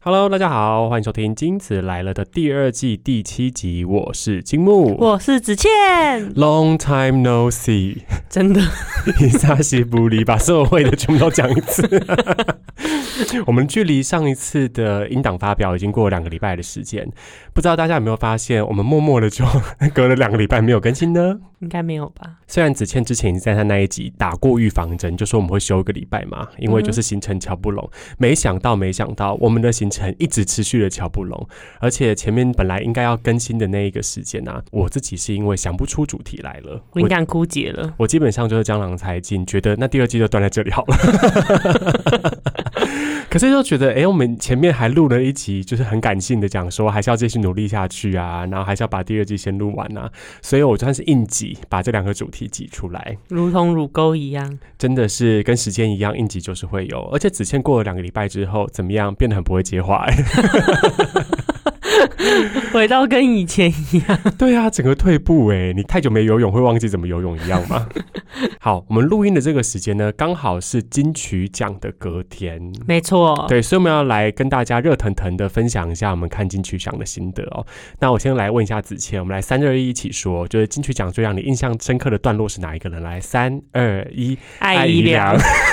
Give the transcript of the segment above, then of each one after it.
Hello， 大家好，欢迎收听《金子来了》的第2季第7集，我是金木， 我是子倩。 Long time no see， 真的， 久しぶり，把所有会的全部都讲一次。我们距离上一次的音档发表已经过了2个礼拜的时间，不知道大家有没有发现，我们默默的就隔了2个礼拜没有更新呢？ 应该没有吧？ 虽然子倩之前已经在他那一集打过预防针，就说我们会休1个礼拜嘛，因为就是行程瞧不拢。没想到，我们的行程一直持续的瞧不拢，而且前面本来应该要更新的那一个时间啊，我自己是因为想不出主题来了， 灵感枯竭了。我基本上就是江郎才尽，觉得那第2季就断在这里好了。可是就觉得，我们前面还录了一集，就是很感性的讲说，还是要继续努力下去啊，然后还是要把第2季先录完啊，所以我算是硬挤，把这2个主题挤出来， 如同乳沟一样， 真的是跟时间一样，硬挤就是会有。而且子倩过了2个礼拜之后，怎么样，变得很不会接话回到跟以前一样。 对啊，整个退步你太久没游泳会忘记怎么游泳一样吗？好，我们录音的这个时间呢，刚好是金曲奖的隔天， 没错， 对，所以我们要来跟大家热腾腾的分享一下我们看金曲奖的心得哦。那我先来问一下子倩，我们来3、2、1一起说，就是金曲奖最让你印象深刻的段落是哪一个人？来，3、2、1， 艾怡良。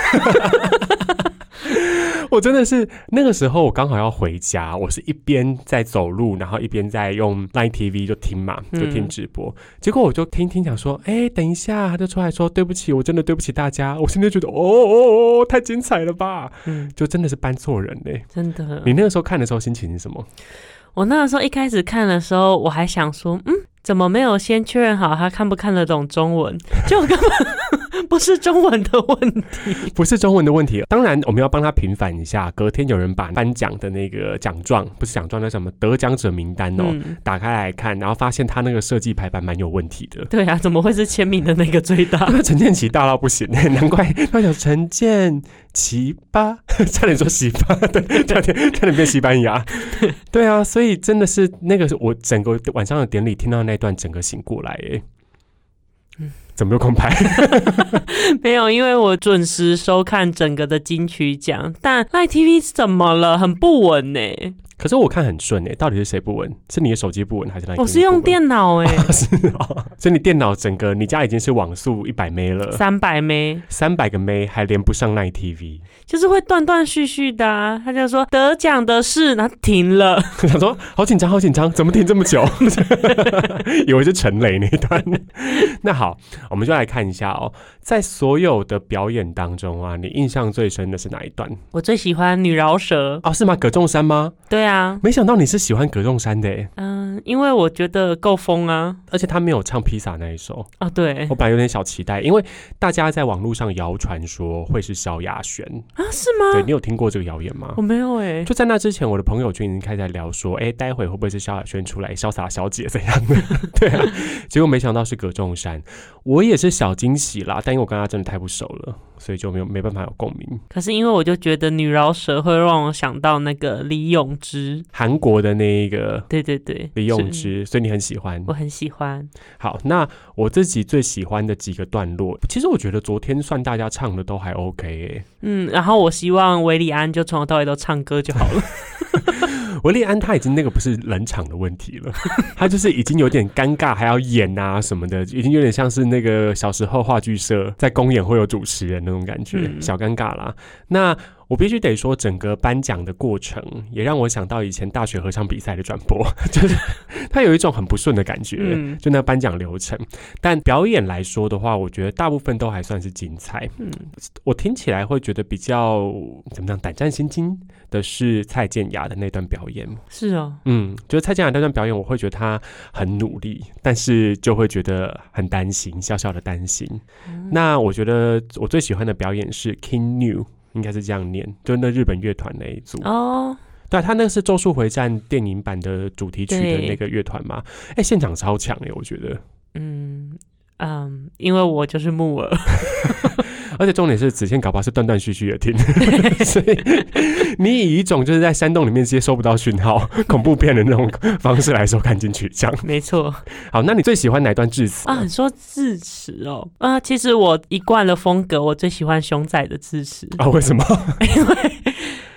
我真的是那个时候，我刚好要回家，我是一边在走路，然后一边在用 Line TV 就听嘛，就听直播。结果我就听讲说，等一下，他就出来说对不起，我真的对不起大家。我现在觉得，太精彩了吧？就真的是搬错人真的。 你那个时候看的时候心情是什么？ 我那个时候一开始看的时候，我还想说，怎么没有先确认好他看不看得懂中文？就根本不是中文的问题， 不是中文的问题。当然，我们要帮他平反一下。隔天有人把颁奖的那个奖状，不是奖状，那什么得奖者名单打开来看，然后发现他那个设计排版蛮有问题的。 对啊，怎么会是签名的那个最大？ 陈建奇大到不行难怪他讲陈建奇吧，差点说西巴，对，差点变西班牙。对啊，所以真的是那个我整个晚上的典礼听到那段，整个醒过来怎么又空拍？ 没有，因为我准时收看整个的金曲奖，但 Line TV 怎么了？很不稳可是我看很顺到底是谁不稳？是你的手机不稳还是 Line TV 不稳？ 我是用电脑是所以你电脑整个你家已经是网速100 M 了 ，300 M，300 个 M 还连不上 Line TV， 就是会断断续续的啊。他就说得奖的是，然后停了， 想说好紧张，怎么停这么久？以为是陈雷那一段。那好，我们就来看一下在所有的表演当中啊，你印象最深的是哪一段？ 我最喜欢女饶舌是吗？葛仲山吗？ 对啊， 没想到你是喜欢葛仲山的因为我觉得够疯啊， 而且他没有唱披萨那一首对， 我本来有点小期待，因为大家在网络上谣传说会是萧亚轩是吗？ 对，你有听过这个谣言吗？ 我没有就在那之前，我的朋友圈已经开始聊说，待会会不会是萧亚轩出来潇洒小姐怎样的？对啊，结果没想到是葛仲山，我也是小惊喜啦，但因为我跟他真的太不熟了，所以就没办法有共鸣。 可是因为我就觉得女饶舌会让我想到那个李永芝， 韩国的那一个， 对， 李永芝，所以你很喜欢？ 我很喜欢。 好，那我自己最喜欢的几个段落，其实我觉得昨天算大家唱的都还 OK 然后我希望韦礼安就从头到尾都唱歌就好了。 韦礼安他已经那个不是冷场的问题了，他就是已经有点尴尬，还要演啊什么的，已经有点像是那个小时候话剧社在公演会有主持人那种感觉，小尴尬啦。那我必须得说，整个颁奖的过程也让我想到以前大学合唱比赛的转播，就是它有一种很不顺的感觉，就那颁奖流程。但表演来说的话，我觉得大部分都还算是精彩。我听起来会觉得比较怎么样胆战心惊的是蔡健雅的那段表演。 是就是蔡健雅那段表演，我会觉得她很努力，但是就会觉得很担心，小小的担心。那我觉得我最喜欢的表演是 King New。应该是这样念，就那日本乐团那一组对，他那个是《咒术回战》电影版的主题曲的那个乐团嘛？现场超强我觉得。 因为我就是木耳。 而且重点是子倩搞不好是断断续续的听，所以你以一种就是在山洞里面接收不到讯号恐怖片的那种方式来收看进去，这样没错。 好，那你最喜欢哪一段致辞你说致辞其实我一贯的风格，我最喜欢熊仔的致辞为什么？ 因为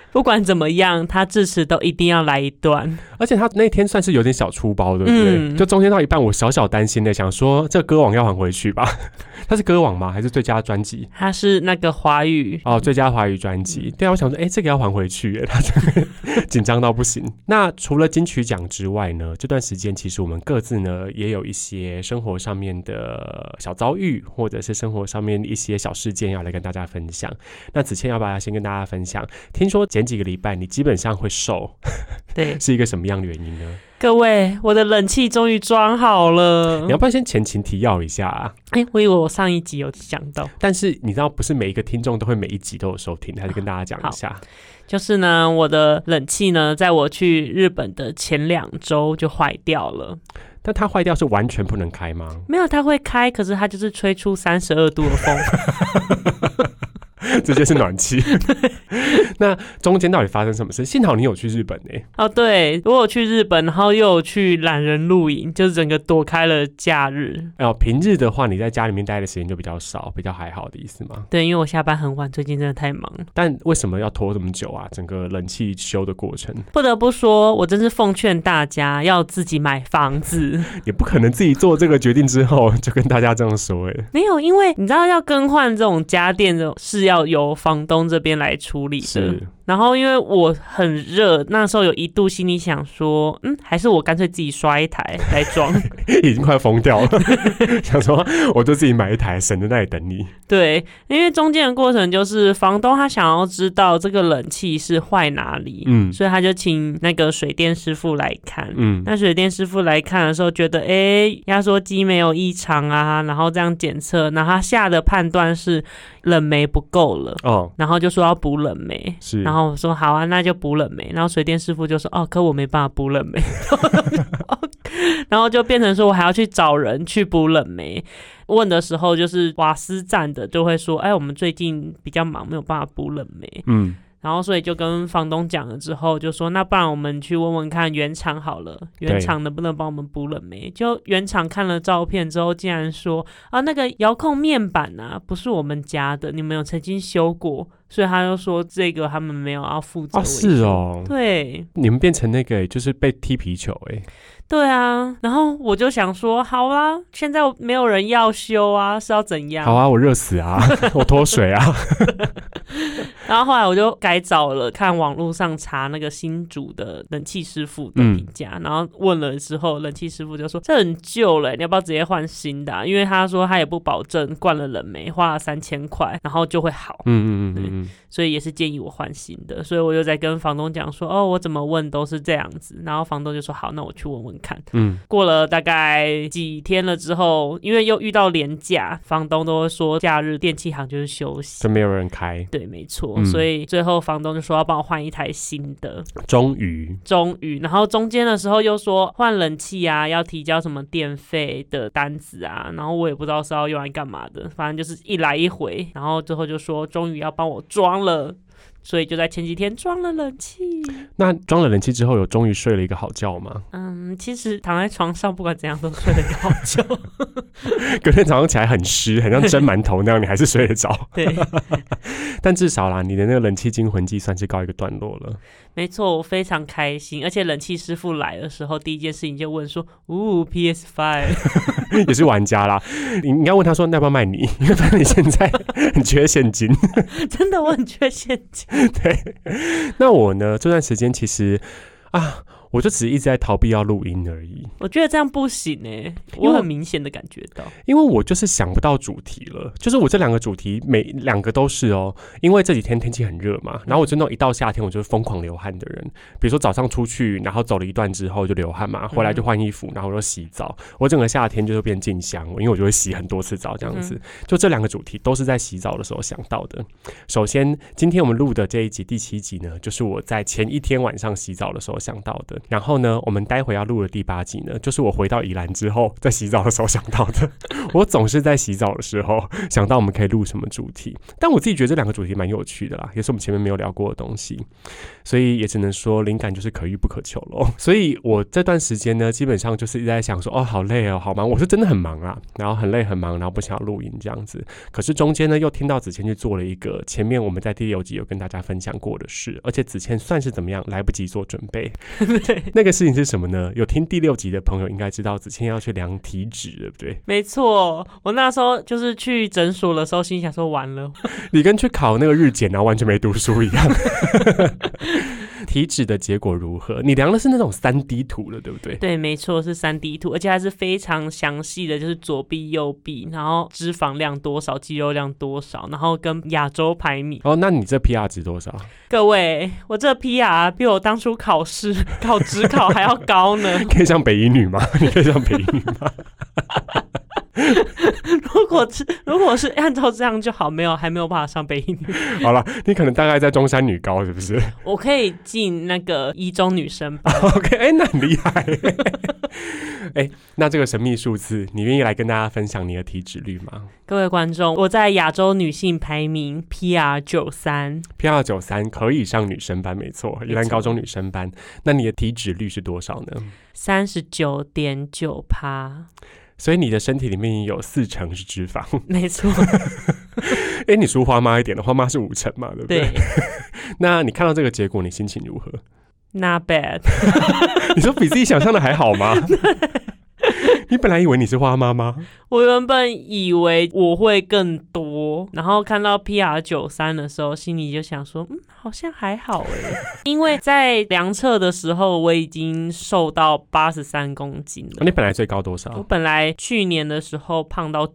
不管怎么样，他致辞都一定要来一段。 而且他那天算是有点小出包，对不对？就中间到一半，我小小担心的想说，这歌王要还回去吧？他是歌王吗？还是最佳专辑？ 他是那个华语最佳华语专辑。对啊，我想说，这个要还回去耶，他真的紧张到不行。那除了金曲奖之外呢，这段时间其实我们各自呢也有一些生活上面的小遭遇，或者是生活上面一些小事件要来跟大家分享。那子倩要不要先跟大家分享？听说前几个礼拜你基本上会瘦， 对， 是一个什么样的原因呢？ 各位，我的冷气终于装好了。 你要不要先前情提要一下啊？ 我以为我上一集有讲到， 但是你知道不是每一个听众都会每一集都有收听，还是跟大家讲一下。 就是呢，我的冷气呢，在我去日本的前2周就坏掉了。 但它坏掉是完全不能开吗？ 没有，它会开，可是它就是吹出32度的风。 这就是暖气。那中间到底发生什么事？幸好你有去日本对，我有去日本，然后又有去懒人露营，就是整个躲开了假日。 平日的话，你在家里面待的时间就比较少，比较还好的意思吗？ 对，因为我下班很晚，最近真的太忙。 但为什么要拖这么久啊？整个冷气修的过程， 不得不说，我真是奉劝大家要自己买房子。 也不可能自己做这个决定之后就跟大家这样说没有，因为你知道要更换这种家电的是要由房东这边来处理的。 是。 然后因为我很热，那时候有一度心里想说，还是我干脆自己刷一台来装。 已经快疯掉了。想说我就自己买一台，省在那里等你。 对，因为中间的过程就是房东他想要知道这个冷气是坏哪里，所以他就请那个水电师傅来看。那水电师傅来看的时候觉得压缩机没有异常啊，然后这样检测，然后他下的判断是冷媒不够了，然后就说要补冷媒。 是， 然后我说好啊，那就补冷媒。然后水电师傅就说可我没办法补冷媒。然后就变成说我还要去找人去补冷媒。问的时候就是瓦斯站的就会说我们最近比较忙，没有办法补冷媒。然后所以就跟房东讲了之后就说那不然我们去问问看原厂好了，原厂能不能帮我们补冷媒。就原厂看了照片之后竟然说那个遥控面板啊不是我们家的，你们有曾经修过，所以他就说这个他们没有要负责维修。 是哦。 对， 你们变成那个就是被踢皮球对啊，然后我就想说好啦，现在没有人要修啊，是要怎样？ 好啊，我热死啊。我脱水啊。 然后后来我就改找了看网络上查那个新竹的冷气师傅的评价，然后问了之后冷气师傅就说这很旧了，你要不要直接换新的因为他说他也不保证灌了冷媒花了3000块然后就会好。所以也是建议我换新的。所以我就在跟房东讲说我怎么问都是这样子，然后房东就说好，那我去问问看。过了大概几天了之后，因为又遇到连假，房东都会说假日电器行就是休息， 就没有人开。 对，没错。所以最后房东就说要帮我换一台新的。终于，然后中间的时候又说换冷气啊要提交什么电费的单子啊，然后我也不知道是要用来干嘛的，反正就是一来一回，然后最后就说终于要帮我装了。所以就在前几天装了冷气。 那装了冷气之后有终于睡了一个好觉吗？ 其实躺在床上不管怎样都睡了一个好觉。 隔天早上起来很湿，很像蒸馒头那样，你还是睡得着。 对。 但至少啦，你的那个冷气惊魂记算是告一个段落了。 没错，我非常开心，而且冷气师傅来的时候第一件事情就问说PS5 也是玩家啦，你应该问他说要不要卖你，因为反正你现在很缺现金。 真的我很缺现金。 对，那我呢这段时间其实我就只是一直在逃避要录音而已。 我觉得这样不行我很明显的感觉到， 因为我就是想不到主题了。就是我这2个主题每2个都是因为这几天天气很热嘛，然后我真的一到夏天我就是疯狂流汗的人。比如说早上出去，然后走了一段之后就流汗嘛，回来就换衣服，然后我就洗澡。我整个夏天就变静香，因为我就会洗很多次澡这样子。就这2个主题都是在洗澡的时候想到的。首先，今天我们录的这一集第7集呢，就是我在前一天晚上洗澡的时候想到的。 的。然后呢，我们待会要录的第8集呢，就是我回到宜兰之后，在洗澡的时候想到的。我总是在洗澡的时候想到我们可以录什么主题，但我自己觉得这2个主题蛮有趣的啦，也是我们前面没有聊过的东西，所以也只能说灵感就是可遇不可求咯。所以我这段时间呢，基本上就是一直在想说，好累哦，好忙，我是真的很忙啊，然后很累很忙，然后不想要录音这样子。可是中间呢，又听到子谦去做了一个前面我们在第6集有跟大家分享过的事，而且子谦算是怎么样来不及做准备。那个事情是什么呢？有听第6集的朋友应该知道，子谦要去量体脂，对不对？ 没错，我那时候就是去诊所的时候，心想说完了， 你跟去考那个日检然后完全没读书一样。体脂的结果如何？你量的是那种3D 图了，对不对？ 对，没错，是3D 图，而且还是非常详细的，就是左臂右臂，然后脂肪量多少，肌肉量多少，然后跟亚洲排名。 那你这 PR 值多少？ 各位，我这 PR 比我当初考试考指考还要高呢。 可以上北一女吗？你可以上北一女吗？ 如果是按照这样就好，还没有办法上北一女。 好了，你可能大概在中山女高是不是？ 我可以进那个一中女生班。 OK， 那很厉害。那这个神秘数字，你愿意来跟大家分享你的体脂率吗？ 各位观众，我在亚洲女性排名 PR93 可以上女生班，没错，宜兰高中女生班。那你的体脂率是多少呢 ？39.9%。 所以你的身体里面有40%是脂肪， 没错。 你输花妈一点的，花妈是50%嘛，对不对？对。那你看到这个结果，你心情如何？ Not bad。 你说比自己想象的还好吗？你本来以为你是花妈吗？ 我原本以为我会更多，然后看到 PR93 的时候，心里就想说，好像还好因为在量测的时候，我已经瘦到83公斤了。 你本来最高多少？ 我本来去年的时候胖到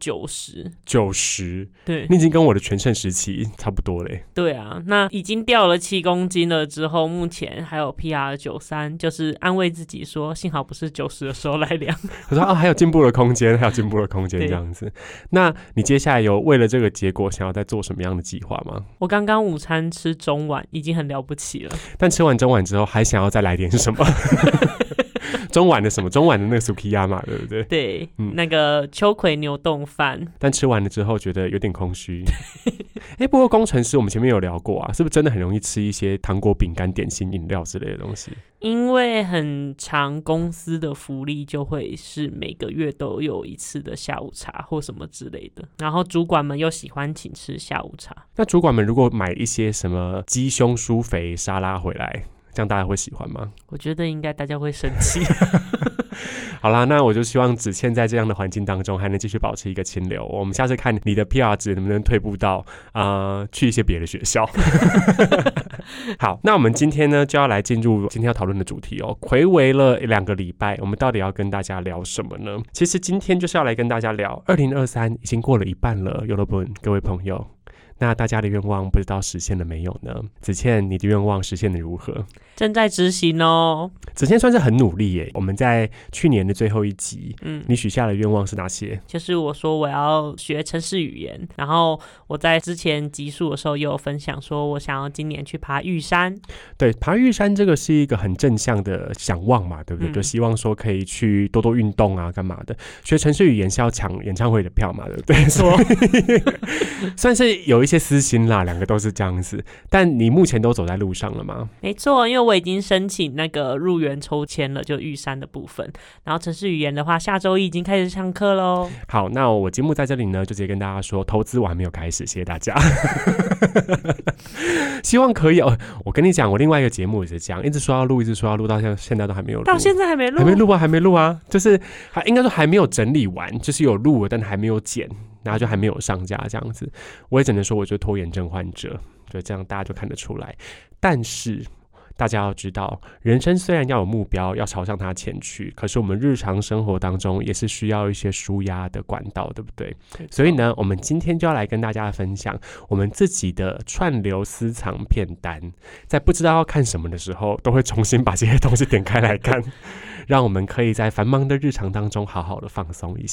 90。对， 你已经跟我的全盛时期差不多嘞。 对啊，那已经掉了7公斤了之后，目前还有 PR93，就是安慰自己说，幸好不是90的时候来量。 我说还有进步的空间，这样子。那你接下来有为了这个结果想要再做什么样的计划吗？ 我刚刚午餐吃中碗已经很了不起了， 但吃完中碗之后还想要再来点什么？中碗的什么？中碗的那个 sukiyama 嘛，对不对？ 对，那个秋葵牛冻饭。 但吃完了之后觉得有点空虚。不过工程师我们前面有聊过啊，是不是真的很容易吃一些糖果、饼干、点心、饮料之类的东西？ 因为很常公司的福利就会是每个月都有一次的下午茶或什么之类的，然后主管们又喜欢请吃下午茶。 那主管们如果买一些什么鸡胸酥肥沙拉回来，这样大家会喜欢吗？ 我觉得应该大家会生气。 好啦，那我就希望子谦在这样的环境当中还能继续保持一个清流。我们下次看你的 PR 值能不能退步到去一些别的学校。好，那我们今天呢就要来进入今天要讨论的主题哦。睽违了2个礼拜，我们到底要跟大家聊什么呢？其实今天就是要来跟大家聊2023已经过了一半了，有了不，各位朋友。那大家的愿望不知道实现了没有呢？子倩，你的愿望实现的如何？ 正在执行哦。 子倩算是很努力耶。我们在去年的最后一集，你许下的愿望是哪些？ 就是我说我要学程式语言，然后我在之前集数的时候也有分享说我想要今年去爬玉山。对， 爬玉山这个是一个很正向的想望嘛，对不对？就希望说可以去多多运动啊，干嘛的。学程式语言是要抢演唱会的票嘛，对不对？没错。算是有一些私心啦，2个都是这样子。但你目前都走在路上了吗？ 没错，因为我已经申请那个入园抽签了，就玉山的部分。然后程式语言的话，下周一已经开始上课咯。 好，那我节目在这里呢，就直接跟大家说，投资我还没有开始，谢谢大家。希望可以哦。我跟你讲，我另外一个节目也是这样，一直说要录，到现在都还没有录。 到现在还没录？ 还没录啊，就是应该说还没有整理完，就是有录了，但还没有剪。然后就还没有上架这样子，我也只能说我就是拖延症患者，对，这样大家就看得出来。但是大家要知道，人生虽然要有目标，要朝向它前去，可是我们日常生活当中也是需要一些抒压的管道，对不对？所以呢，我们今天就要来跟大家分享我们自己的串流私藏片单，在不知道要看什么的时候，都会重新把这些东西点开来看，让我们可以在繁忙的日常当中好好的放松一下。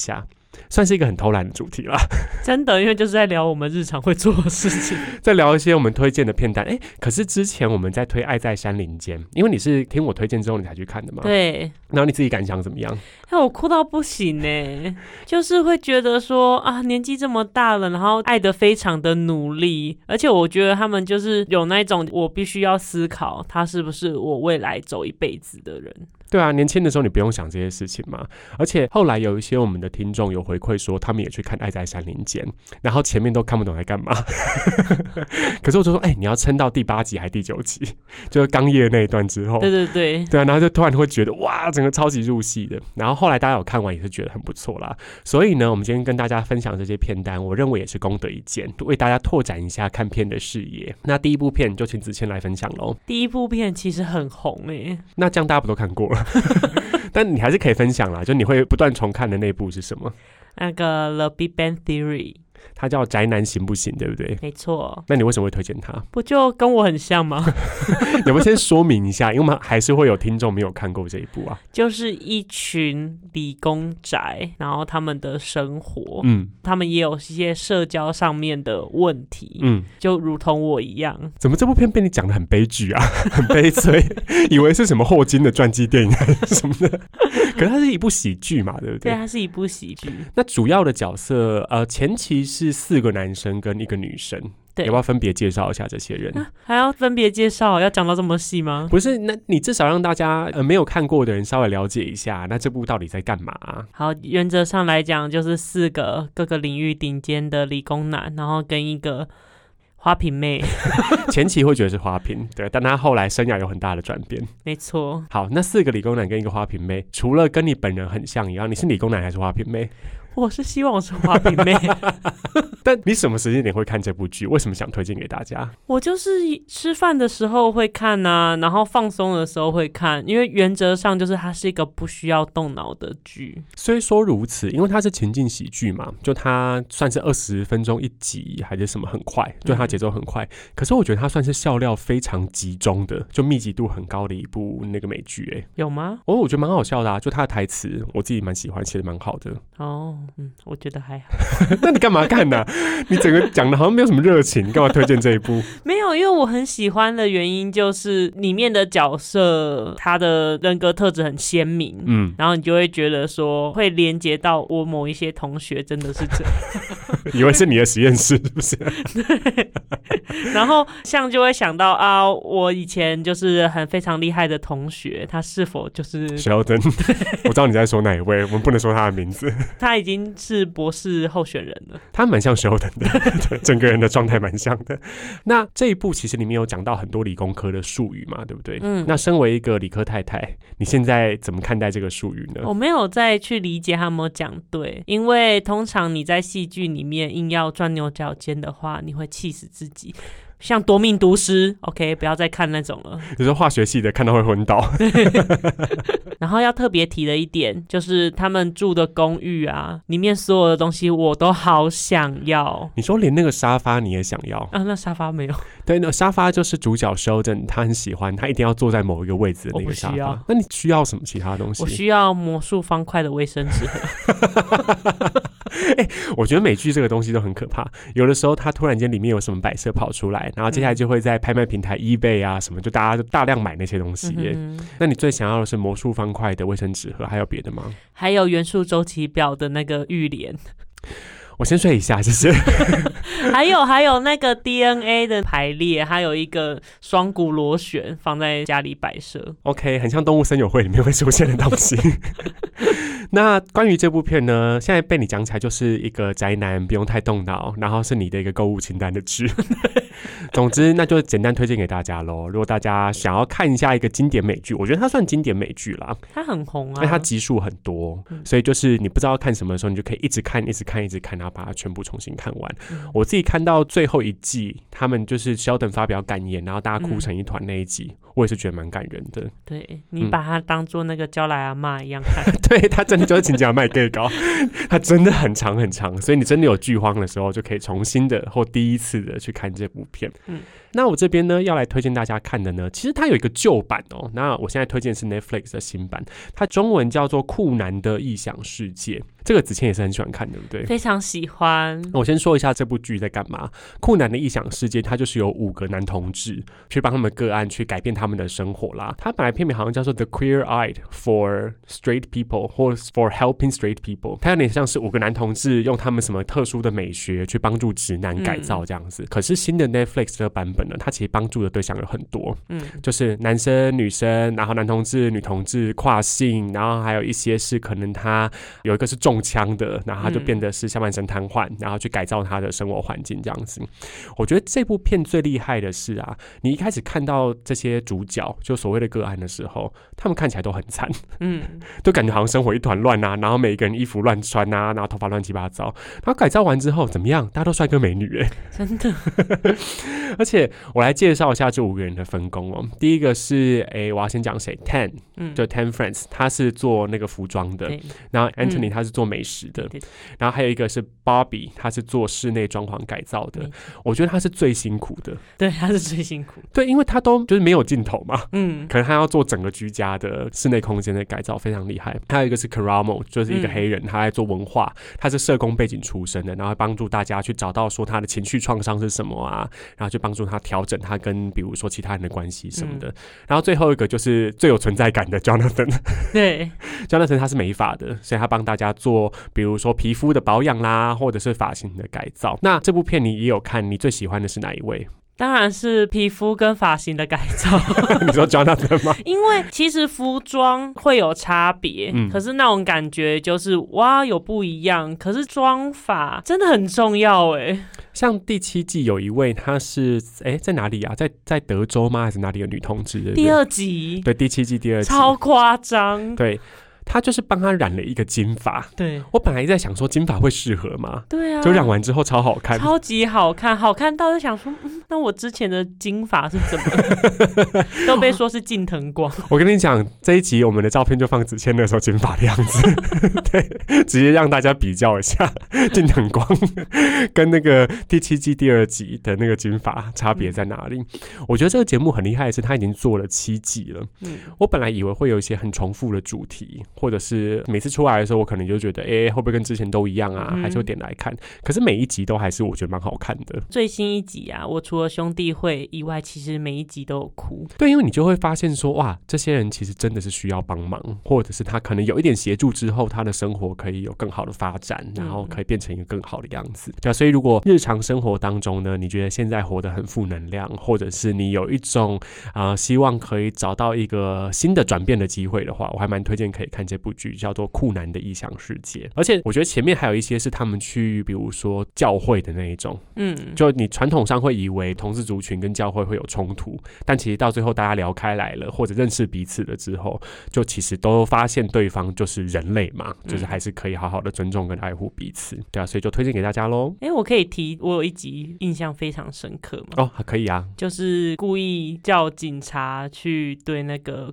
算是一个很偷懒的主题啦。 真的，因为就是在聊我们日常会做的事情， 再聊一些我们推荐的片单。可是之前我们在推《爱在山林间》，因为你是听我推荐之后你才去看的嘛。 对。 然后你自己感想怎么样？ 我哭到不行就是会觉得说啊，年纪这么大了，然后爱得非常的努力，而且我觉得他们就是有那种我必须要思考他是不是我未来走一辈子的人。 对啊，年轻的时候你不用想这些事情嘛。而且后来有一些我们的听众有回馈说，他们也去看《爱在山林间》，然后前面都看不懂在干嘛。可是我就说，你要撑到第8集还第9集，就是刚夜那一段之后。 对啊，然后就突然会觉得哇，整个超级入戏的。然后后来大家有看完也是觉得很不错啦。所以呢，我们今天跟大家分享这些片单，我认为也是功德一件，为大家拓展一下看片的视野。那第一部片就请子谦来分享咯。 第一部片其实很红那这样大家不都看过了？但你还是可以分享啦，就你会不断重看的那部是什么？ 那个 The Big Bang Theory。 它叫宅男行不行，对不对？ 没错。 那你为什么会推荐它？ 不就跟我很像吗？ 有没有先说明一下？因为我们还是会有听众没有看过这一部啊。 就是一群理工宅，然后他们的生活，他们也有一些社交上面的问题，就如同我一样。 怎么这部片被你讲得很悲剧啊？很悲催，以为是什么霍金的传记电影还是什么的？可是它是一部喜剧嘛，对不对？ 对，它是一部喜剧。 那主要的角色，前期是4个男生跟1个女生。要不要分别介绍一下这些人？ 还要分别介绍？要讲到这么细吗？ 不是，那你至少让大家没有看过的人稍微了解一下，那这部到底在干嘛？ 好，原则上来讲就是4个各个领域顶尖的理工男，然后跟1个花瓶妹。 前期会觉得是花瓶，对，但他后来生涯有很大的转变。 没错。 好，那4个理工男跟1个花瓶妹，除了跟你本人很像一样，你是理工男还是花瓶妹？ 我是希望我是花瓶妹。 但你什么时间点会看这部剧？为什么想推荐给大家？ 我就是吃饭的时候会看啊，然后放松的时候会看，因为原则上就是它是一个不需要动脑的剧。 虽说如此，因为它是情境喜剧嘛，就它算是20分钟1集还是什么，很快，就它节奏很快。可是我觉得它算是笑料非常集中的，就密集度很高的一部那个美剧。 有吗？ 我觉得蛮好笑的啊，就它的台词我自己蛮喜欢，写的蛮好的。 我觉得还好。 那你干嘛看呢？你整个讲的好像没有什么热情，你干嘛推荐这一部？ 没有，因为我很喜欢的原因就是里面的角色他的人格特质很鲜明，然后你就会觉得说会连接到我某一些同学真的是这样。 以为是你的实验室是不是？ 对。然后像就会想到啊，我以前就是很非常厉害的同学，他是否就是 Sheldon？ 我知道你在说哪一位，我们不能说他的名字。 他已经是博士候选人了。 他蛮像 Sheldon 的，对，整个人的状态蛮像的。那这一部其实里面有讲到很多理工科的术语嘛，对不对？那身为一个理科太太，你现在怎么看待这个术语呢？ 我没有再去理解他有没有讲对，因为通常你在戏剧里面硬要钻牛角尖的话，你会气死自己。像夺命毒师 OK 不要再看那种了。 你说化学系的看到会昏倒。 然后要特别提的一点就是他们住的公寓啊，里面所有的东西我都好想要。 你说连那个沙发你也想要啊？ 那沙发没有。 对，那沙发就是主角 Sheldon 他很喜欢，他一定要坐在某一个位置的那个沙发。那你需要什么其他东西？ 我需要魔术方块的卫生纸盒。 我觉得美剧这个东西都很可怕，有的时候它突然间里面有什么摆设跑出来，然后接下来就会在拍卖平台 eBay 啊什么，就大家就大量买那些东西耶。那你最想要的是魔术方块的卫生纸盒，还有别的吗？ 还有元素周期表的那个浴帘。 我先睡一下，谢谢。 还有那个 DNA 的排列，还有一个双股螺旋放在家里摆设。 OK， 很像动物森友会里面会出现的东西。那关于这部片呢，现在被你讲起来就是一个宅男不用太动脑，然后是你的一个购物清单的剧。总之那就简单推荐给大家咯。如果大家想要看一下一个经典美剧，我觉得它算经典美剧啦，它很红啊， 因为它集数很多，所以就是你不知道看什么的时候，你就可以一直看然后把它全部重新看完。我自己看到最后一季他们就是 Sheldon 发表感言，然后大家哭成一团那一集，我也是觉得蛮感人的。 对，你把它当作那个娇来阿嬷一样看。 对，他真的就是请假卖 gay 高，他真的很长很长，所以你真的有剧荒的时候就可以重新的或第一次的去看这部片。 那我这边呢要来推荐大家看的呢，其实它有一个旧版哦。那我现在推荐的是 Netflix 的新版，它中文叫做《酷男的异想世界》。这个子谦也是很喜欢看，对不对？ 非常喜欢。 我先说一下这部剧在干嘛。酷男的异想世界，它就是有5个男同志去帮他们个案去改变他们的生活啦。它本来片名好像叫做 The Queer Eye for Straight People 或 For Helping Straight People， 它有点像是5个男同志用他们什么特殊的美学去帮助直男改造这样子。可是新的 Netflix 这个版本呢，它其实帮助的对象有很多，就是男生、女生，然后男同志、女同志、跨性，然后还有一些是可能他有一个是中枪的，然后他就变得是下半身瘫痪，然后去改造他的生活环境这样子。我觉得这部片最厉害的是啊，你一开始看到这些主角就所谓的个案的时候，他们看起来都很惨，都感觉好像生活一团乱啊，然后每个人衣服乱穿啊，然后头发乱七八糟，然后改造完之后怎么样？大家都帅哥美女真的。 而且我来介绍一下这5个人的分工哦。第一个是我要先讲谁 ，Ten，就 Ten Friends， 他是做那个服装的，然后 Anthony 他是做美食的，然后还有一个是 Bobby， 他是做室内装潢改造的。我觉得他是最辛苦的， 对，他是最辛苦的， 对，因为他都就是没有镜头嘛，可能他要做整个居家的室内空间的改造，非常厉害。还有一个是 Karamo， 就是一个黑人，他在做文化，他是社工背景出身的，然后帮助大家去找到说他的情绪创伤是什么啊，然后去帮助他调整他跟比如说其他人的关系什么的。然后最后一个就是最有存在感的 Jonathan， 对，Jonathan 他是美发的，所以他帮大家做比如说皮肤的保养啦，或者是发型的改造。那这部片你也有看，你最喜欢的是哪一位？ 当然是皮肤跟发型的改造。 你说 Jonathan 吗？ 因为其实服装会有差别，可是那种感觉就是哇有不一样，可是妆法真的很重要像第7季有一位，她是在哪里啊？在德州吗？还是哪里有女同志？对不对？ 第2集， 对，第7季第2集超夸张。 对。他就是帮他染了一个金发， 对， 我本来在想说金发会适合吗？ 对啊， 就染完之后超好看， 超级好看，好看到就想说，那我之前的金发是怎么都被说是近藤光。 我跟你讲，这一集我们的照片就放子谦那时候金发的样子，对，直接让大家比较一下近藤光跟那个第7季第2集的那个金发差别在哪里。我觉得这个节目很厉害的是，他已经做了7季了。我本来以为会有一些很重复的主题，或者是每次出来的时候我可能就觉得会不会跟之前都一样啊，还是会点来看。可是每一集都还是我觉得蛮好看的。 最新一集啊，我除了兄弟会以外，其实每一集都有哭。 对，因为你就会发现说，哇，这些人其实真的是需要帮忙，或者是他可能有一点协助之后，他的生活可以有更好的发展，然后可以变成一个更好的样子。对啊，所以如果日常生活当中呢，你觉得现在活得很负能量，或者是你有一种希望可以找到一个新的转变的机会的话，我还蛮推荐可以看这部剧，叫做《酷男的异想世界》。而且我觉得前面还有一些是他们去比如说教会的那一种，就你传统上会以为同志族群跟教会会有冲突，但其实到最后大家聊开来了，或者认识彼此了之后，就其实都发现对方就是人类嘛，就是还是可以好好的尊重跟爱护彼此。对啊，所以就推荐给大家咯。 我可以提我有一集印象非常深刻吗？ 可以啊， 就是故意叫警察去对那个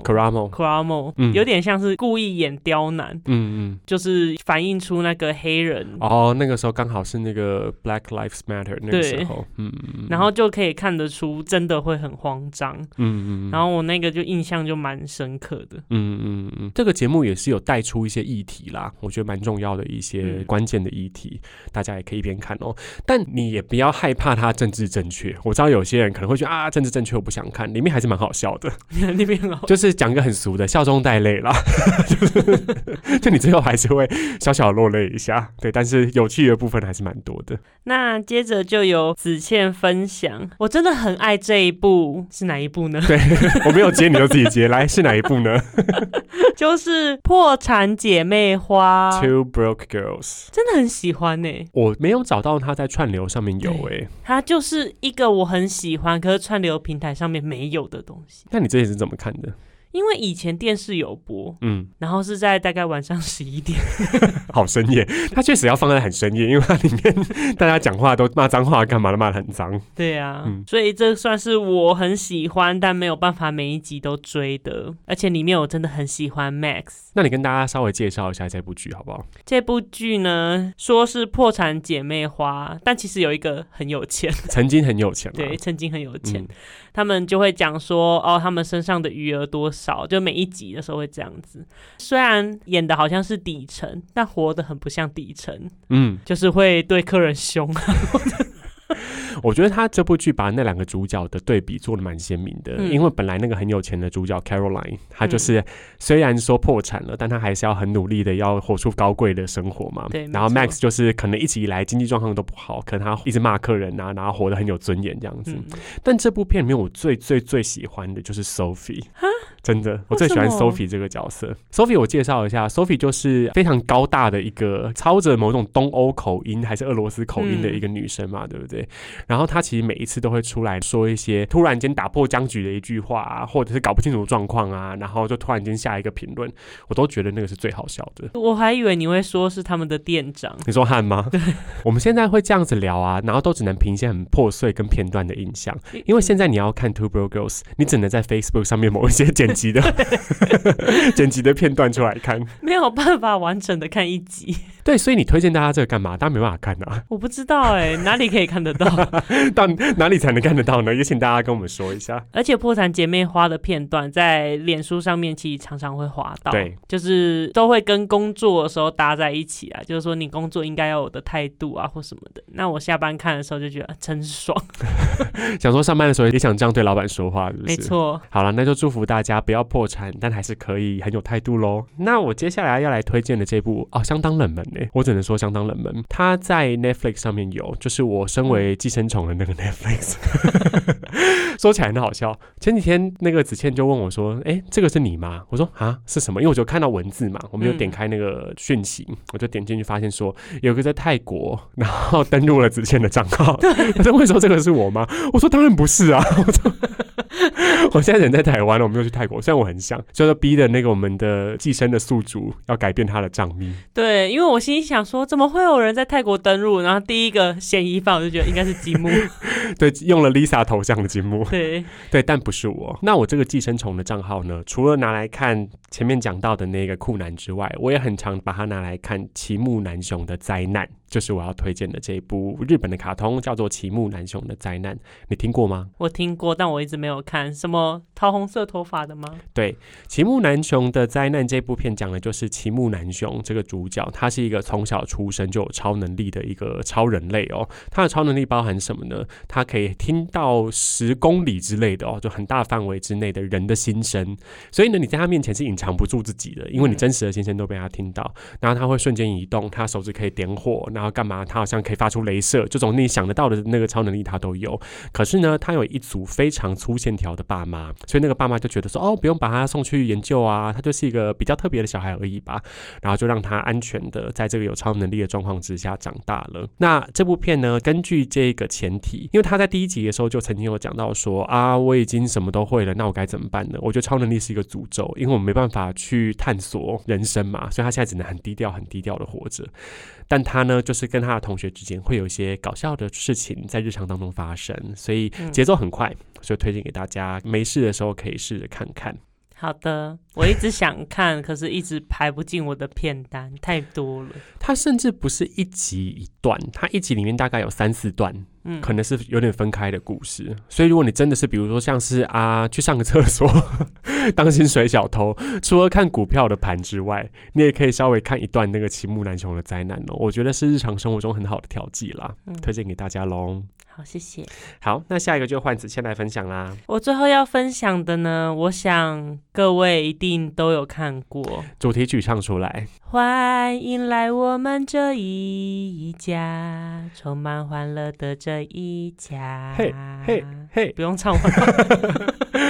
Karamo，有点像是故意演刁难，就是反映出那个黑人那个时候刚好是那个 Black Lives Matter 那个时候， 然后就可以看得出真的会很慌张，然后我那个就印象就蛮深刻的， 这个节目也是有带出一些议题啦，我觉得蛮重要的一些关键的议题，大家也可以一边看哦，但你也不要害怕它政治正确，我知道有些人可能会觉得政治正确我不想看，里面还是蛮好笑的， 里面很好， 就是讲一个很俗的笑中带泪啦，就你最后还是会小小落泪一下，对，但是有趣的部分还是蛮多的。 那接着就由子倩分享，我真的很爱这一部，是哪一部呢？ 对，我没有接你就自己接，来是哪一部呢？ 就是破产姐妹花 Two Broke Girls， 真的很喜欢我没有找到它在串流上面有它就是一个我很喜欢可是串流平台上面没有的东西。 那你之前是怎么看的？ 因为以前电视有播，然后是在大概晚上11点， 好深夜。它确实要放在很深夜，因为它里面大家讲话都骂脏话，干嘛都骂得很脏。 对啊，所以这算是我很喜欢但没有办法每一集都追的，而且里面我真的很喜欢 Max。 那你跟大家稍微介绍一下这部剧好不好？ 这部剧呢，说是破产姐妹花，但其实有一个很有钱， 曾经很有钱嘛。 对，曾经很有钱。他们就会讲说，哦，他们身上的余额多少，就每一集的时候会这样子。虽然演的好像是底层，但活得很不像底层，就是会对客人凶。 我觉得他这部剧把那两个主角的对比做得蛮鲜明的，因为本来那个很有钱的主角 Caroline， 他就是虽然说破产了，但他还是要很努力的要活出高贵的生活嘛。然后 Max 就是可能一直以来经济状况都不好，可能他一直骂客人啊，然后活得很有尊严这样子。但这部片里面我最喜欢的就是 Sophie。真的，我最喜欢 Sophie 这个角色。Sophie 我介绍一下 ，Sophie 就是非常高大的一个操着某种东欧口音还是俄罗斯口音的一个女生嘛，对不对？然后她其实每一次都会出来说一些突然间打破僵局的一句话啊，或者是搞不清楚状况啊，然后就突然间下一个评论，我都觉得那个是最好笑的。 我还以为你会说是他们的店长。 你说汉吗？对，我们现在会这样子聊啊，然后都只能凭一些很破碎跟片段的印象，因为现在你要看 Two Broke Girls， 你只能在 Facebook 上面某一些剪辑的片段出来看， 没有办法完整的看一集。 对，所以你推荐大家这个干嘛？大家没办法看啊。 我不知道哪里可以看得到？ 到哪里才能看得到呢？也请大家跟我们说一下。 而且破产姐妹花的片段在脸书上面其实常常会滑到， 对， 就是都会跟工作的时候搭在一起啊，就是说你工作应该要有的态度啊或什么的。那我下班看的时候就觉得真爽。 想说上班的时候也想这样对老板说话，是不是？ 没错。 好了，那就祝福大家不要破产，但还是可以很有态度咯。那我接下来要来推荐的这部相当冷门我只能说相当冷门。它在 Netflix 上面有，就是我身为寄生虫的那个 Netflix。说起来很好笑，前几天那个子倩就问我说：“这个是你吗？”我说：“啊，是什么？”因为我就看到文字嘛，我没有点开那个讯息，我就点进去发现说有个在泰国，然后登录了子倩的账号。他就问说：“这个是我吗？”我说：“当然不是啊。”我现在人在台湾了，我没有去泰国，虽然我很想，就是逼的那个我们的寄生的宿主要改变他的账密。 对，因为我心里想说，怎么会有人在泰国登入？然后第一个嫌疑犯，我就觉得应该是金木。 对，用了 Lisa 头像的金木。 对， 但不是我。那我这个寄生虫的账号呢，除了拿来看前面讲到的那个酷男之外，我也很常把它拿来看齐木楠雄的灾难，就是我要推荐的这一部日本的卡通，叫做齐木楠雄的灾难。你听过吗？ 我听过，但我一直没有看。什么桃红色头发的吗？ 对，齐木楠雄的灾难这部片讲的就是齐木楠雄这个主角，他是一个从小出生就有超能力的一个超人类哦。他的超能力包含什么呢？他可以听到10公里之类的就很大范围之内的人的心声。所以呢，你在他面前是隐藏不住自己的，因为你真实的心声都被他听到。然后他会瞬间移动，他手指可以点火，然后干嘛？他好像可以发出雷射，这种你想得到的那个超能力他都有。可是呢，他有一组非常粗线条的爸妈，所以那个爸妈就觉得说，不用把他送去研究啊，他就是一个比较特别的小孩而已吧。然后就让他安全的在这个有超能力的状况之下长大了。那这部片呢，根据这个前提，因为他在第1集的时候就曾经有讲到说我已经什么都会了，那我该怎么办呢？我觉得超能力是一个诅咒，因为我们没办法去探索人生嘛，所以他现在只能很低调的活着。但他呢，就是跟他的同学之间会有一些搞笑的事情在日常当中发生，所以节奏很快，所以推荐给大家没事的时候可以试着看看。 好的，我一直想看，可是一直排不进我的片单，太多了。 它甚至不是一集一段，它一集里面大概有3-4段，可能是有点分开的故事。所以如果你真的是比如说像是去上个厕所当薪水小偷，除了看股票的盘之外，你也可以稍微看一段那个齐木楠雄的灾难我觉得是日常生活中很好的调剂啦，推荐给大家咯。 好，谢谢。 好，那下一个就换子倩来分享啦。 我最后要分享的呢，我想各位一定都有看过， 主题曲唱出来。 欢迎来我们这一家，充满欢乐的这一家。 嘿嘿嘿， 不用唱完。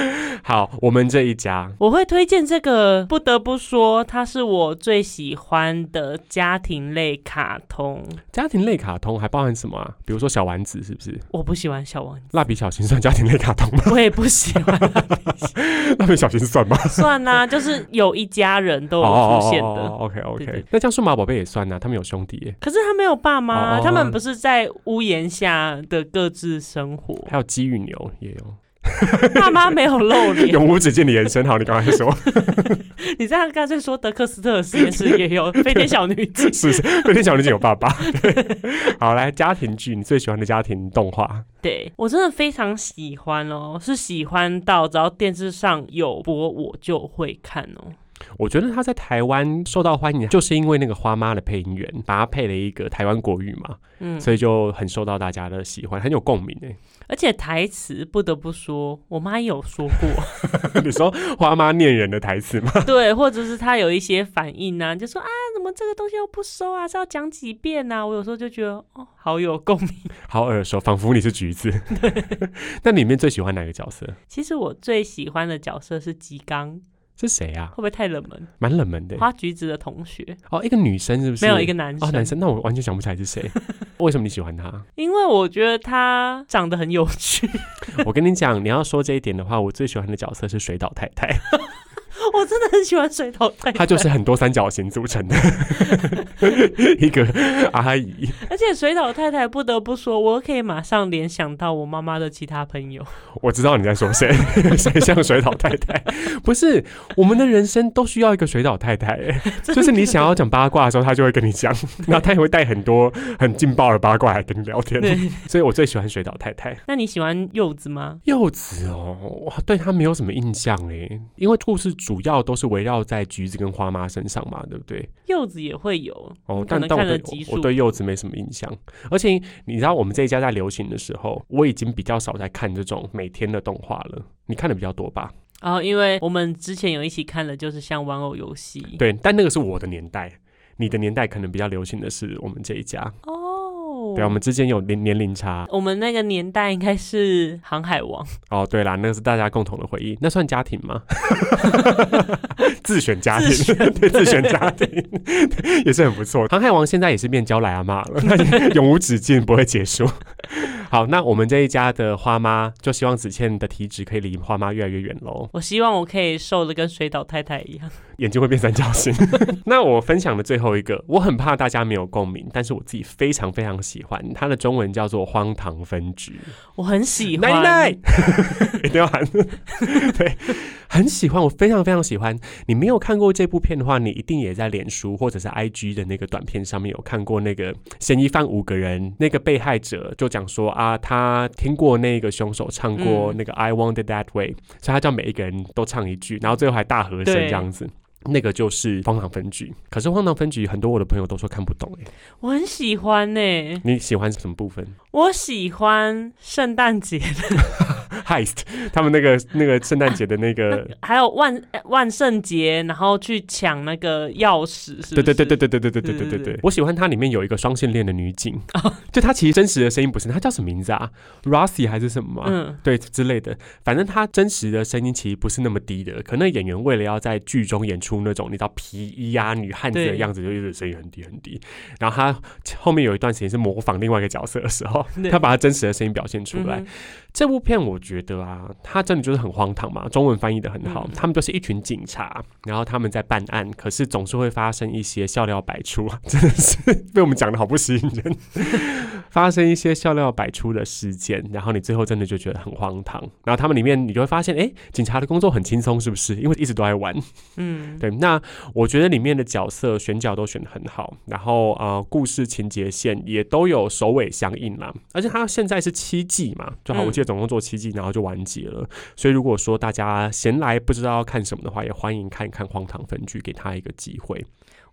好，我们这一家我会推荐这个，不得不说它是我最喜欢的家庭类卡通。 家庭类卡通还包含什么啊？比如说小丸子是不是？ 我不喜欢小丸子。 蜡笔小新算家庭类卡通吗？ 我也不喜欢蜡笔小新。 蜡笔小新算吗？ 算啊，就是有一家人都有出现的。 OK， 对对， 那这样数码宝贝也算啊，他们有兄弟耶。 可是他没有爸妈，他们不是在屋檐下的各自生活。 还有鸡与牛也有。 爸妈没有露脸， 永无止境的延伸。好，你刚才说， 你这样干脆说德克斯特的实验室也有飞天小女警， 是飞天小女警有爸爸。好，来家庭剧，你最喜欢的家庭动画？ 对我真的非常喜欢哦，是喜欢到只要电视上有播我就会看哦。 我觉得他在台湾受到欢迎，就是因为那个花妈的配音员把他配了一个台湾国语嘛，所以就很受到大家的喜欢，很有共鸣哎。 而且台词不得不说，我妈也有说过。 你说花妈念人的台词吗？ 对，或者是她有一些反应啊，就说啊，怎么这个东西又不收啊，是要讲几遍啊？我有时候就觉得哦，好有共鸣， 好耳熟，仿佛你是橘子。那里面最喜欢哪个角色？ 其实我最喜欢的角色是吉刚。 是谁啊？ 会不会太冷门？ 蛮冷门的。 花橘子的同学哦，一个女生是不是？ 没有，一个男生。 哦，男生，那我完全想不起来是谁。为什么你喜欢他？ 因为我觉得他长得很有趣。 我跟你讲，你要说这一点的话，我最喜欢的角色是水岛太太。 我真的很喜欢水岛太太， 她就是很多三角形组成的一个阿姨。 而且水岛太太不得不说，我可以马上联想到我妈妈的其他朋友。 我知道你在说谁，谁像水岛太太？不是，我们的人生都需要一个水岛太太，就是你想要讲八卦的时候，她就会跟你讲，然后她也会带很多很劲爆的八卦来跟你聊天。所以我最喜欢水岛太太。 那你喜欢柚子吗？ 柚子哦，哇，对她没有什么印象哎，因为故事主要都是围绕在橘子跟花妈身上嘛，对不对？ 柚子也会有哦， 但我对柚子没什么印象。而且你知道，我们这一家在流行的时候，我已经比较少在看这种每天的动画了。你看的比较多吧？ 因为我们之前有一起看的就是像玩偶游戏， 对，但那个是我的年代，你的年代可能比较流行的是我们这一家哦。对，我们之间有年龄差。 我们那个年代应该是航海王哦，对啦，那个是大家共同的回忆。那算家庭吗？自选家庭，对，自选家庭也是很不错。航海王现在也是变娇来阿嬷了，永无止境，不会结束。好，那我们这一家的花妈就希望子倩的体脂可以离花妈越来越远喽。 我希望我可以瘦的跟水岛太太一样， 眼睛会变三角形。那我分享的最后一个，我很怕大家没有共鸣，但是我自己非常非常喜欢，它的中文叫做荒唐分局。 我很喜欢， 奶奶一定要喊。对，很喜欢，我非常非常喜欢。你没有看过这部片的话，你一定也在脸书或者是 IG 的那个短片上面有看过那个嫌疑犯5个人，那个被害者就讲说啊，他听过那个凶手唱过那个 I Want It That Way，所以他叫每一个人都唱一句，然后最后还大和声这样子。那个就是荒唐分局，可是荒唐分局很多我的朋友都说看不懂哎。 我很喜欢哎。 你喜欢什么部分？ 我喜欢圣诞节的 heist， 他们那个圣诞节的那个， 还有万圣节，然后去抢那个钥匙，是不是？ 对，我喜欢它里面有一个双性恋的女警，就她其实真实的声音不是，她叫什么名字啊 ？Rosie 还是什么嘛？对之类的，反正她真实的声音其实不是那么低的，可能演员为了要在剧中演出那种你知道皮衣啊女汉子的样子，就一直声音很低很低。然后她后面有一段时间是模仿另外一个角色的时候，她把她真实的声音表现出来。这部片我觉得啊，它真的就是很荒唐嘛，中文翻译的很好。他们就是一群警察，然后他们在办案，可是总是会发生一些笑料百出，真的是被我们讲的好不吸引人。发生一些笑料百出的事件，然后你最后真的就觉得很荒唐。然后他们里面你就会发现，警察的工作很轻松，是不是？因为一直都在玩。对。那我觉得里面的角色选角都选得很好，然后故事情节线也都有首尾相应啦。而且它现在是7季嘛，就好，我记得总共做7季，然后就完结了。所以如果说大家闲来不知道要看什么的话，也欢迎看一看《荒唐分局》，给他一个机会。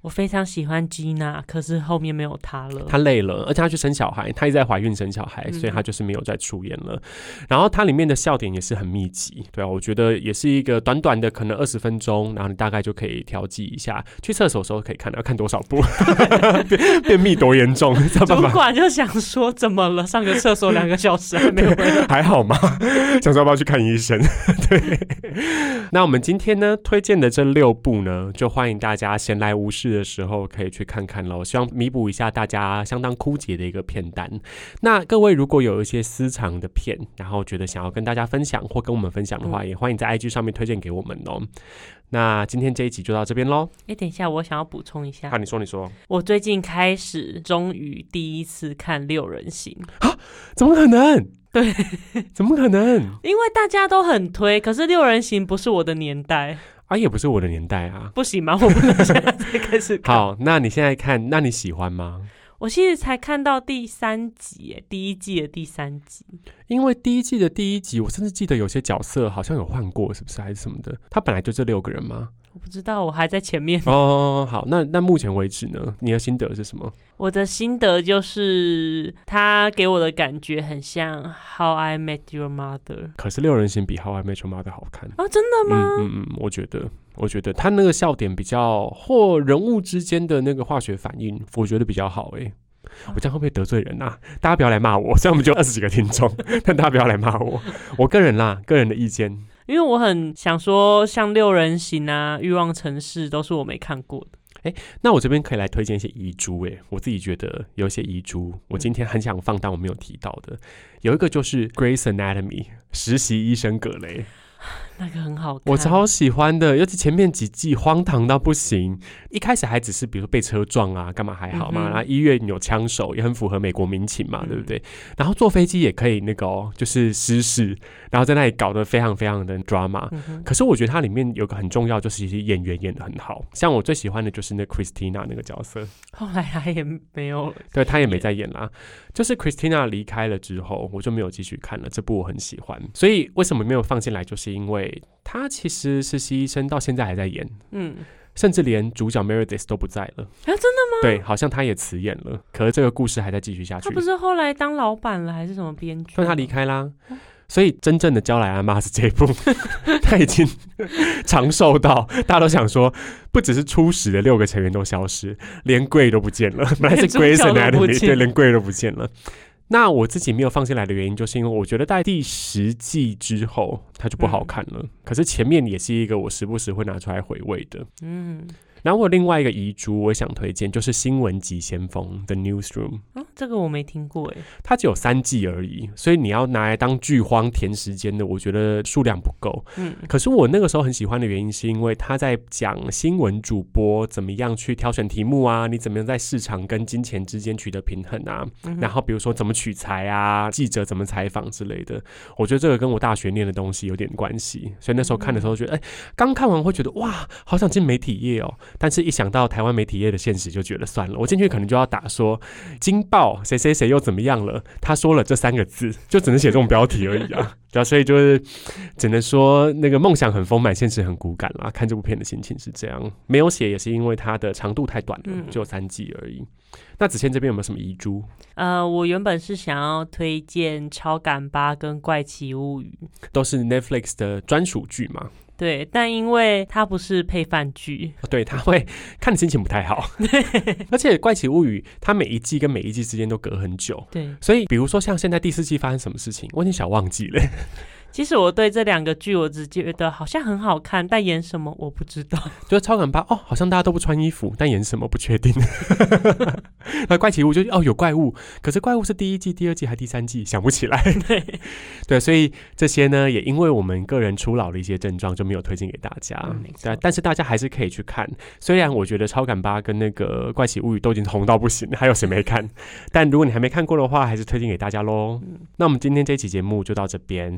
我非常喜欢吉娜，可是后面没有她了。 她累了，而且她去生小孩，她一直在怀孕生小孩，所以她就是没有再出演了。然后它里面的笑点也是很密集，对啊，我觉得也是一个短短的可能20分钟，然后你大概就可以调剂一下。去厕所的时候可以看，要看多少部，便秘多严重？ 主管就想说怎么了？上个厕所2个小时还没回来， 还好吗？想说要不要去看医生？对。那我们今天呢推荐的这6部呢，就欢迎大家闲来无事的时候可以去看看咯，希望弥补一下大家相当枯竭的一个片单。那各位如果有一些私藏的片，然后觉得想要跟大家分享或跟我们分享的话，也欢迎在 IG 上面推荐给我们哦。那今天这一集就到这边咯。 等一下，我想要补充一下。 你说。我最近终于第一次看6人行啊？怎么可能？ 对， 怎么可能？ 因为大家都很推，可是6人行不是我的年代啊，也不是我的年代啊。 不行吗？我不能现在才开始看。 好，那你现在看，那你喜欢吗？ 我其实才看到第3集，第1季的第3集。 因为第1季的第1集，我甚至记得有些角色好像有换过，是不是还是什么的？他本来就这6个人吗？ 我不知道，我还在前面。 哦，好，那目前为止呢，你的心得是什么？我的心得就是他给我的感觉很像 How I Met Your Mother。 可是6人行比 How I Met Your Mother 好看哦，真的吗？ 我觉得他那个笑点比较，或人物之间的那个化学反应，我觉得比较好欸。我这样会不会得罪人啊？大家不要来骂我，虽然我们就20几个听众，但大家不要来骂我。我个人的意见， 因为我很想说，像6人行啊、欲望城市都是我没看过的。 那我这边可以来推荐一些遗珠我自己觉得有一些遗珠，我今天很想放，但我没有提到的，有一个就是《Grey's Anatomy》实习医生葛雷。 那个很好看， 我超喜欢的，尤其前面几季荒唐到不行。一开始还只是比如说被车撞啊，干嘛还好嘛，然后医院有枪手，也很符合美国民情嘛，对不对？然后坐飞机也可以那个就是失事，然后在那里搞得非常非常的 drama。可是我觉得它里面有个很重要，就是其实演员演得很好，像我最喜欢的就是那 Christina 那个角色， 后来他也没有， 对，他也没再演啦。就是 Christina 离开了之后，我就没有继续看了。这部我很喜欢，所以为什么没有放进来，就是因为他其实实习医生到现在还在演，甚至连主角 Meredith 都不在了啊？ 真的吗？ 对，好像他也辞演了，可是这个故事还在继续下去。 他不是后来当老板了，还是什么编剧？ 但他离开啦。所以真正的娇莱阿妈是这一部，他已经长寿到大家都想说，不只是初始的6个成员都消失，连贵都不见了。本来是 Grey's Anatomy， 对，连贵都不见了。那我自己没有放进来的原因，就是因为我觉得在第10季之后，它就不好看了。可是前面也是一个我时不时会拿出来回味的。然后我有另外一个遗珠，我也想推荐，就是《新闻急先锋》The Newsroom。 这个我没听过哎。 它只有3季而已，所以你要拿来当剧荒填时间的，我觉得数量不够。可是我那个时候很喜欢的原因，是因为他在讲新闻主播怎么样去挑选题目啊，你怎么样在市场跟金钱之间取得平衡啊，然后比如说怎么取材啊，记者怎么采访之类的。我觉得这个跟我大学念的东西有点关系，所以那时候看的时候觉得，刚看完会觉得哇，好想进媒体业哦。但是一想到台湾媒体业的现实，就觉得算了，我进去可能就要打说金报谁谁谁又怎么样了，他说了这3个字，就只能写这种标题而已啊。对啊，所以就是只能说那个梦想很丰满，现实很骨感啦。看这部片的心情是这样，没有写也是因为它的长度太短了，只有3季而已。那子谦这边有没有什么遗珠？ 我原本是想要推荐《超感8》跟《怪奇物语》， 都是 Netflix 的专属剧嘛。 对，但因为它不是配饭剧， 对，它会看的心情不太好。而且《怪奇物语》它每一季跟每一季之间都隔很久， 对， 所以比如说像现在第4季发生什么事情，我已经小忘记了。 其实我对这2个剧，我只觉得好像很好看，但演什么我不知道。 就是超感8好像大家都不穿衣服，但演什么不确定。那怪奇物就有怪物，可是怪物是第1季、第2季还第3季，想不起来。对，所以这些呢，也因为我们个人初老的一些症状，就没有推荐给大家。对，但是大家还是可以去看。虽然我觉得超感8跟那个怪奇物语都已经红到不行，还有谁没看？但如果你还没看过的话，还是推荐给大家咯。那我们今天这期节目就到这边。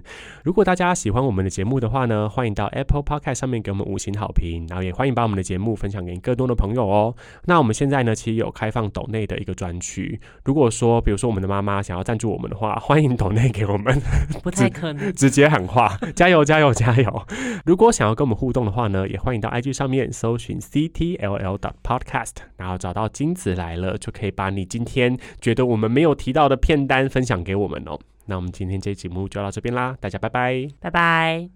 如果大家喜欢我们的节目的话呢，欢迎到 Apple Podcast 上面给我们5星好评，然后也欢迎把我们的节目分享给更多的朋友哦。那我们现在呢，其实有开放抖内的一个专区，如果说比如说我们的妈妈想要赞助我们的话，欢迎抖内给我们， 不太可能直接喊话，加油加油加油！如果想要跟我们互动的话呢，也欢迎到 IG 上面搜寻 ctll.podcast， 然后找到金子来了，就可以把你今天觉得我们没有提到的片单分享给我们哦。那我们今天这期节目就到这边啦，大家拜拜， 拜拜。